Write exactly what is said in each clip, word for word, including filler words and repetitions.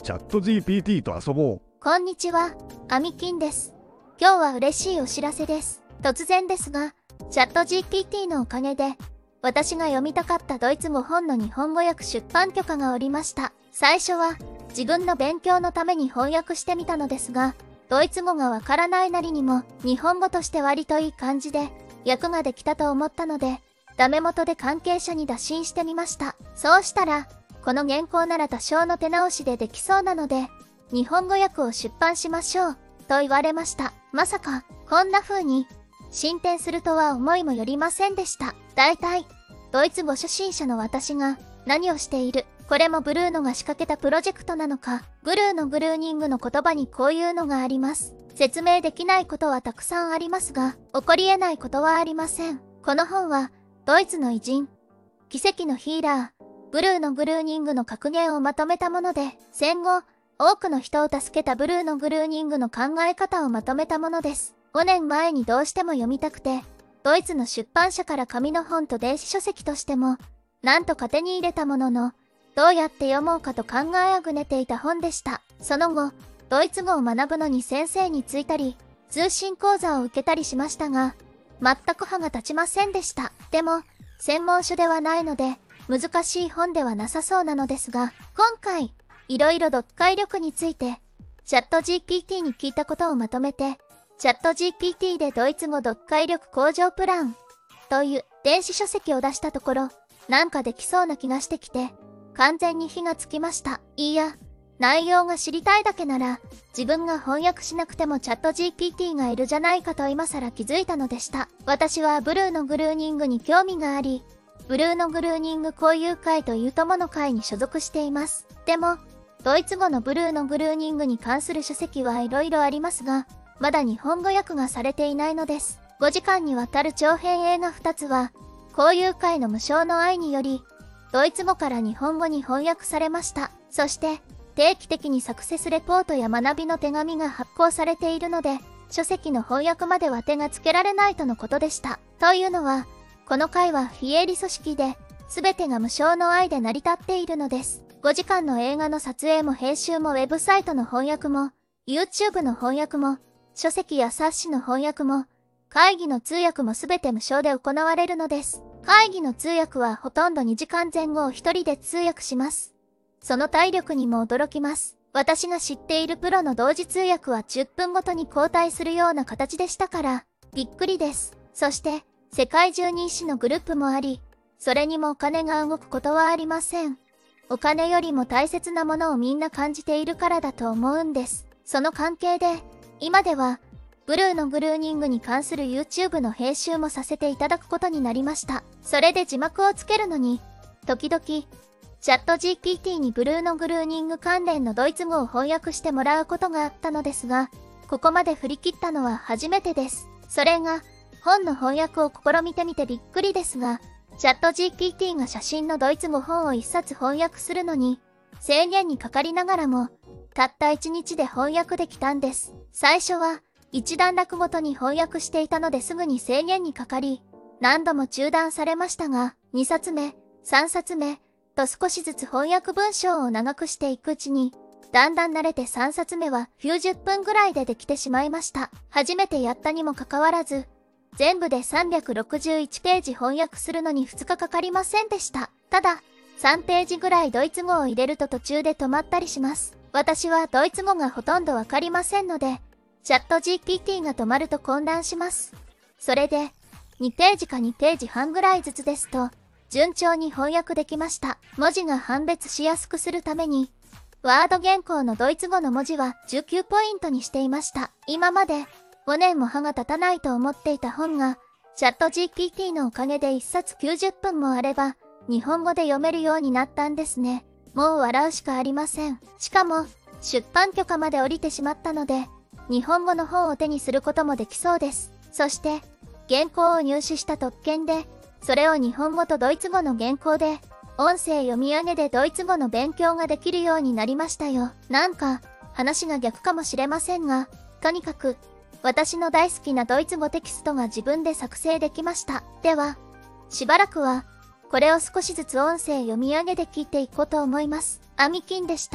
チャット ジーピーティー と遊ぼう。 こんにちは、アミキンです。今日は嬉しいお知らせです。突然ですが、チャット ジーピーティー のおかげで、私が読みたかったドイツ語本の日本語訳出版許可が下りました。最初は、自分の勉強のために翻訳してみたのですが、ドイツ語がわからないなりにも、日本語として割といい感じで、訳ができたと思ったので、ダメ元で関係者に打診してみました。そうしたら、この原稿なら多少の手直しでできそうなので、日本語訳を出版しましょう、と言われました。まさか、こんな風に、進展するとは思いもよりませんでした。大体、ドイツ語初心者の私が、何をしている、これもブルーノが仕掛けたプロジェクトなのか、ブルーのグルーニングの言葉にこういうのがあります。説明できないことはたくさんありますが、起こり得ないことはありません。この本は、ドイツの偉人、奇跡のヒーラー、ブルーのグルーニングの格言をまとめたもので、戦後、多くの人を助けたブルーのグルーニングの考え方をまとめたものです。ごねんまえにどうしても読みたくて、ドイツの出版社から紙の本と電子書籍としても、なんとか手に入れたものの、どうやって読もうかと考えあぐねていた本でした。その後、ドイツ語を学ぶのに先生についたり、通信講座を受けたりしましたが、全く歯が立ちませんでした。でも、専門書ではないので、難しい本ではなさそうなのですが、今回、いろいろ読解力について、チャット ジーピーティー に聞いたことをまとめて、チャット ジーピーティー でドイツ語読解力向上プランという電子書籍を出したところ、なんかできそうな気がしてきて、完全に火がつきました。いいや、内容が知りたいだけなら、自分が翻訳しなくてもチャット ジーピーティー がいるじゃないかと今更気づいたのでした。私はブルーのグルーニングに興味があり、ブルーのグルーニング交友会という友の会に所属しています。でも、ドイツ語のブルーのグルーニングに関する書籍はいろいろありますが、まだ日本語訳がされていないのです。ごじかんにわたる長編映画ふたつは、交友会の無償の愛により、ドイツ語から日本語に翻訳されました。そして、定期的にサクセスレポートや学びの手紙が発行されているので、書籍の翻訳までは手がつけられないとのことでした。というのは、この会は非営利組織で、すべてが無償の愛で成り立っているのです。ごじかんの映画の撮影も編集もウェブサイトの翻訳も、YouTube の翻訳も、書籍や冊子の翻訳も、会議の通訳もすべて無償で行われるのです。会議の通訳はほとんどにじかんぜん後を一人で通訳します。その体力にも驚きます。私が知っているプロの同時通訳はじゅっぷんごとに交代するような形でしたから、びっくりです。そして、世界中に医師のグループもあり、それにもお金が動くことはありません。お金よりも大切なものをみんな感じているからだと思うんです。その関係で、今では、ブルーのグルーニングに関する YouTube の編集もさせていただくことになりました。それで字幕をつけるのに、時々、チャット ジーピーティー にブルーのグルーニング関連のドイツ語を翻訳してもらうことがあったのですが、ここまで振り切ったのは初めてです。それが、本の翻訳を試みてみてびっくりですが、チャット ジーピーティー が写真のドイツ語本を一冊翻訳するのに、制限にかかりながらも、たったいちにちで翻訳できたんです。最初は、一段落ごとに翻訳していたのですぐに制限にかかり、何度も中断されましたが、にさつめ、さんさつめ、と少しずつ翻訳文章を長くしていくうちに、だんだん慣れてさんさつめはきゅうじゅっぷんぐらいでできてしまいました。初めてやったにもかかわらず、全部でさんびゃくろくじゅういちページ翻訳するのにふつかかかりませんでした。ただ、さんページぐらいドイツ語を入れると途中で止まったりします。私はドイツ語がほとんどわかりませんので、チャット ジーピーティー が止まると混乱します。それで、にページかにページはんぐらいずつですと、順調に翻訳できました。文字が判別しやすくするために、ワード原稿のドイツ語の文字はじゅうきゅうポイントにしていました。今まで、ごねんも歯が立たないと思っていた本が、チャット ジーピーティー のおかげでいっさつきゅうじゅっぷんもあれば、日本語で読めるようになったんですね。もう笑うしかありません。しかも、出版許可まで下りてしまったので、日本語の本を手にすることもできそうです。そして、原稿を入手した特権で、それを日本語とドイツ語の原稿で、音声読み上げでドイツ語の勉強ができるようになりましたよ。なんか、話が逆かもしれませんが、とにかく、私の大好きなドイツ語テキストが自分で作成できました。では、しばらくは、これを少しずつ音声読み上げで聞いていこうと思います。アミキンでした。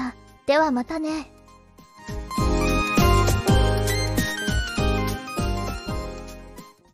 ではまたね。